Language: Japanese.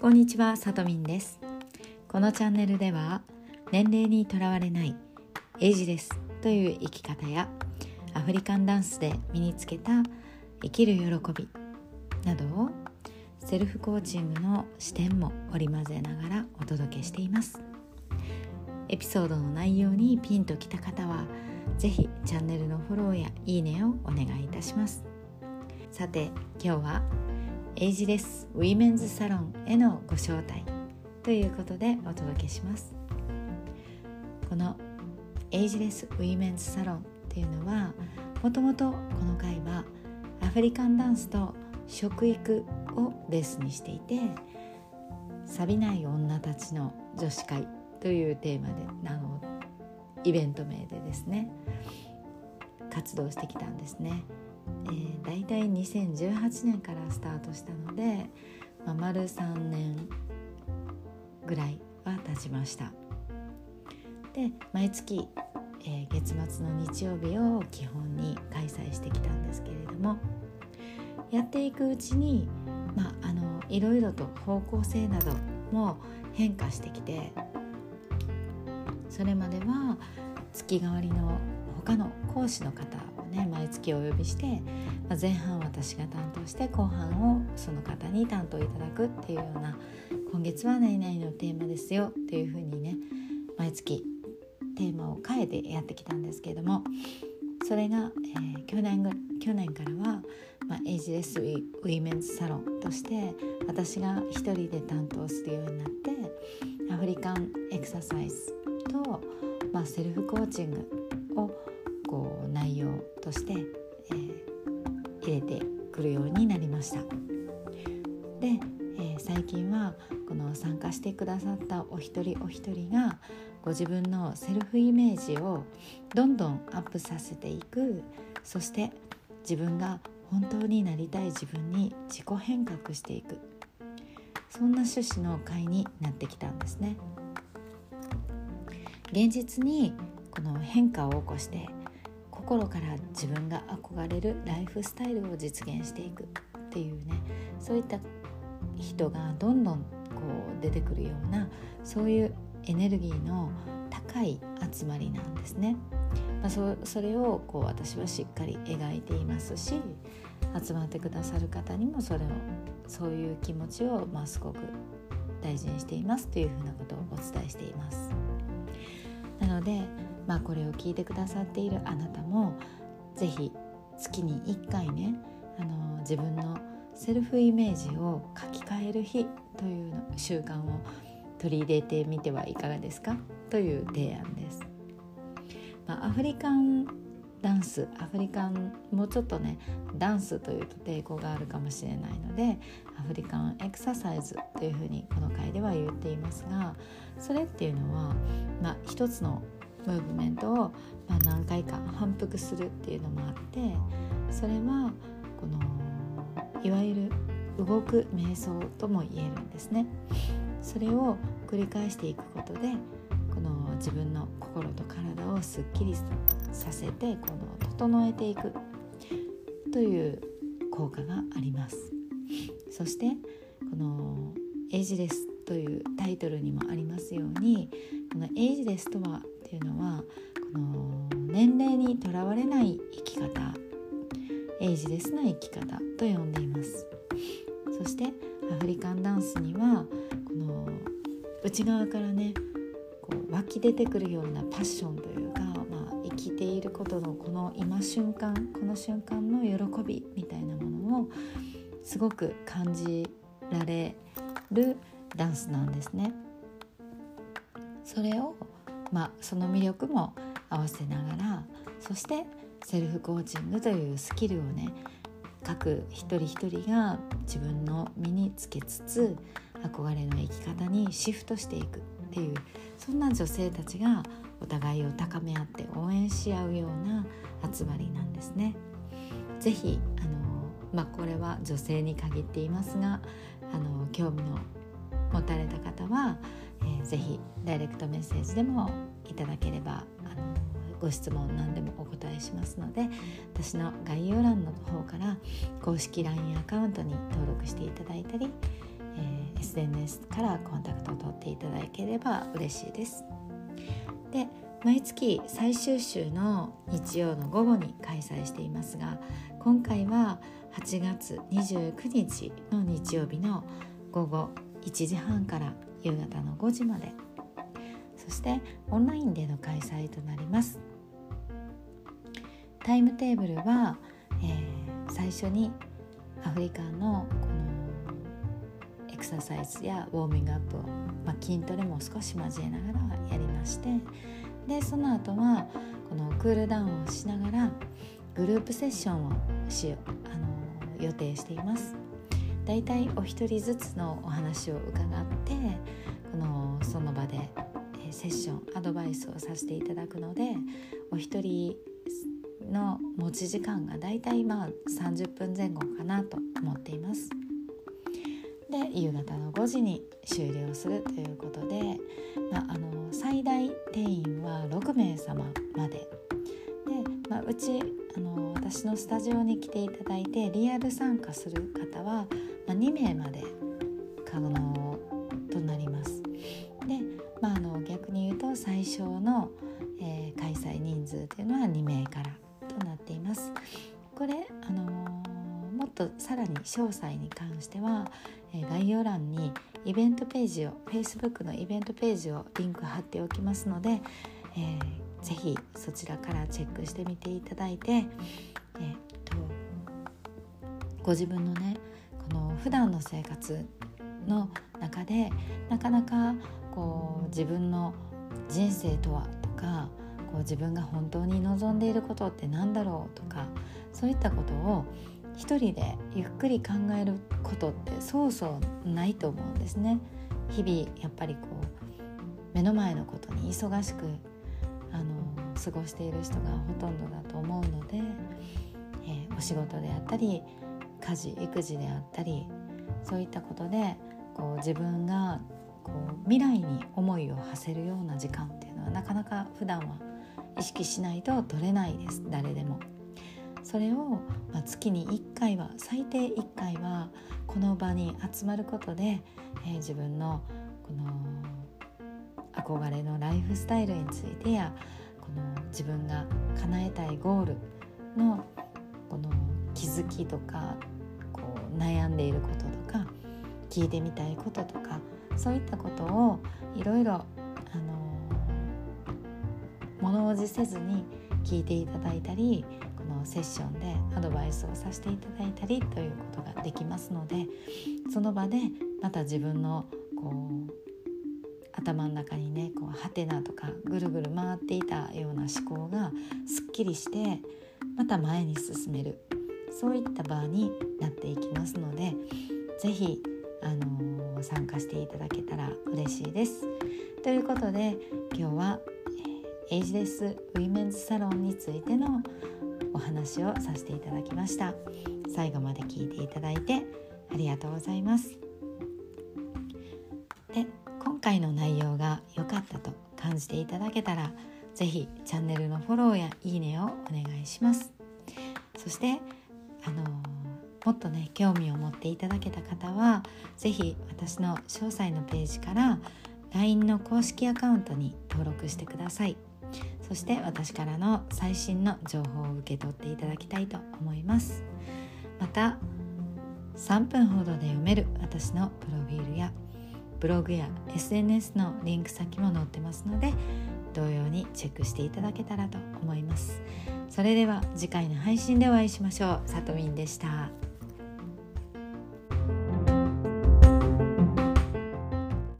こんにちは、さとみんです。このチャンネルでは年齢にとらわれないエイジレスという生き方やアフリカンダンスで身につけた生きる喜びなどをセルフコーチングの視点も織り交ぜながらお届けしています。エピソードの内容にピンときた方はぜひチャンネルのフォローやいいねをお願いいたします。さて、今日はエイジレスウィメンズサロンへのご招待ということでお届けします。このエイジレスウィメンズサロンっていうのは、もともとこの会はアフリカンダンスと食育をベースにしていて、錆びない女たちの女子会というテーマでイベント名でですね活動してきたんですね。だいたい2018年からスタートしたので、丸3年ぐらいは経ちました。で、毎月、月末の日曜日を基本に開催してきたんですけれども、やっていくうちに、いろいろと方向性なども変化してきて、それまでは月替わりの他の講師の方をね毎月お呼びして、前半私が担当して後半をその方に担当いただくっていうような、今月は何々のテーマですよっていうふうにね毎月テーマを変えてやってきたんですけれども、それが、去年からは、エイジレスウィメンズサロンとして私が一人で担当するようになって、アフリカンエクササイズと、セルフコーチングを内容として、入れてくるようになりました。で、最近はこの参加してくださったお一人お一人がご自分のセルフイメージをどんどんアップさせていく、そして自分が本当になりたい自分に自己変革していく、そんな趣旨の会になってきたんですね。現実にこの変化を起こして心から自分が憧れるライフスタイルを実現していくっていうね、そういった人がどんどん出てくるような、そういうエネルギーの高い集まりなんですね。それを私はしっかり描いていますし、集まってくださる方にもそういう気持ちをすごく大事にしていますというふうなことをお伝えしています。なので、これを聞いてくださっているあなたもぜひ月に1回ね、自分のセルフイメージを書き換える日という習慣を取り入れてみてはいかがですかという提案です。アフリカンダンス、もうちょっとねダンスというと抵抗があるかもしれないので、アフリカンエクササイズというふうにこの回では言っていますが、それっていうのは、一つのムーブメントを何回か反復するっていうのもあって、それはいわゆる動く瞑想とも言えるんですね。それを繰り返していくことで、自分の心と体をすっきりさせて整えていくという効果があります。そしてこのエイジレスというタイトルにもありますように、このエイジレスとはっていうのは、この年齢にとらわれない生き方、エイジレスな生き方と呼んでいます。そしてアフリカンダンスにはこの内側からね湧き出てくるようなパッションというか、生きていることのこの瞬間の喜びみたいなものをすごく感じられるダンスなんですね。それを、その魅力も合わせながら、そしてセルフコーチングというスキルをね各一人一人が自分の身につけつつ、憧れの生き方にシフトしていくっていう、そんな女性たちがお互いを高め合って応援し合うような集まりなんですね。ぜひこれは女性に限っていますが、興味の持たれた方は、ぜひダイレクトメッセージでもいただければご質問何でもお答えしますので、私の概要欄の方から公式 LINE アカウントに登録していただいたり、 SNS からコンタクトを取っていただければ嬉しいです。で、毎月最終週の日曜の午後に開催していますが、今回は8月29日の日曜日の午後1時半から夕方の5時まで、そしてオンラインでの開催となります。タイムテーブルは、最初にアフリカのこのエクササイズやウォーミングアップを、筋トレも少し交えながらやりまして、でその後はこのクールダウンをしながらグループセッションを予定しています。だいたいお一人ずつのお話を伺ってその場でセッションアドバイスをさせていただくので、お一人の持ち時間がだいたい30分前後かなと思っています。で夕方の5時に終了するということで、最大定員は6名様までで、うち私のスタジオに来ていただいてリアル参加する方は、2名まで可能となります。で、逆に言うと最小の、開催人数というのは2名からとなっています。これもっとさらに詳細に関しては、概要欄にイベントページを Facebook のイベントページをリンク貼っておきますので、ぜひそちらからチェックしてみていただいて、ご自分のねこの普段の生活の中でなかなか自分の人生とはとか、自分が本当に望んでいることって何だろうとか、そういったことを一人でゆっくり考えることってそうそうないと思うんですね。日々やっぱり目の前のことに忙しく過ごしている人がほとんどだと思うので、お仕事であったり家事育児であったり、そういったことで自分が未来に思いを馳せるような時間っていうのはなかなか普段は意識しないと取れないです。誰でもそれを、月に1回は最低1回はこの場に集まることで、自分のこの憧れのライフスタイルについてや自分が叶えたいゴールのこの気づきとか悩んでいることとか聞いてみたいこととか、そういったことをいろいろ物おじせずに聞いていただいたり、このセッションでアドバイスをさせていただいたりということができますので、その場でまた自分の頭の中にねハテナとかぐるぐる回っていたような思考がすっきりしてまた前に進める、そういった場になっていきますので、ぜひ参加していただけたら嬉しいです。ということで今日はエイジレスウィメンズサロンについてのお話をさせていただきました。最後まで聞いていただいてありがとうございます。で、今回の内容が良かったと感じていただけたら、ぜひチャンネルのフォローやいいねをお願いします。そしてもっとね興味を持っていただけた方は、ぜひ私の詳細のページから LINE の公式アカウントに登録してください。そして私からの最新の情報を受け取っていただきたいと思います。また3分ほどで読める私のプロフィールやブログや SNS のリンク先も載ってますので、同様にチェックしていただけたらと思います。それでは次回の配信でお会いしましょう。さとみんでした。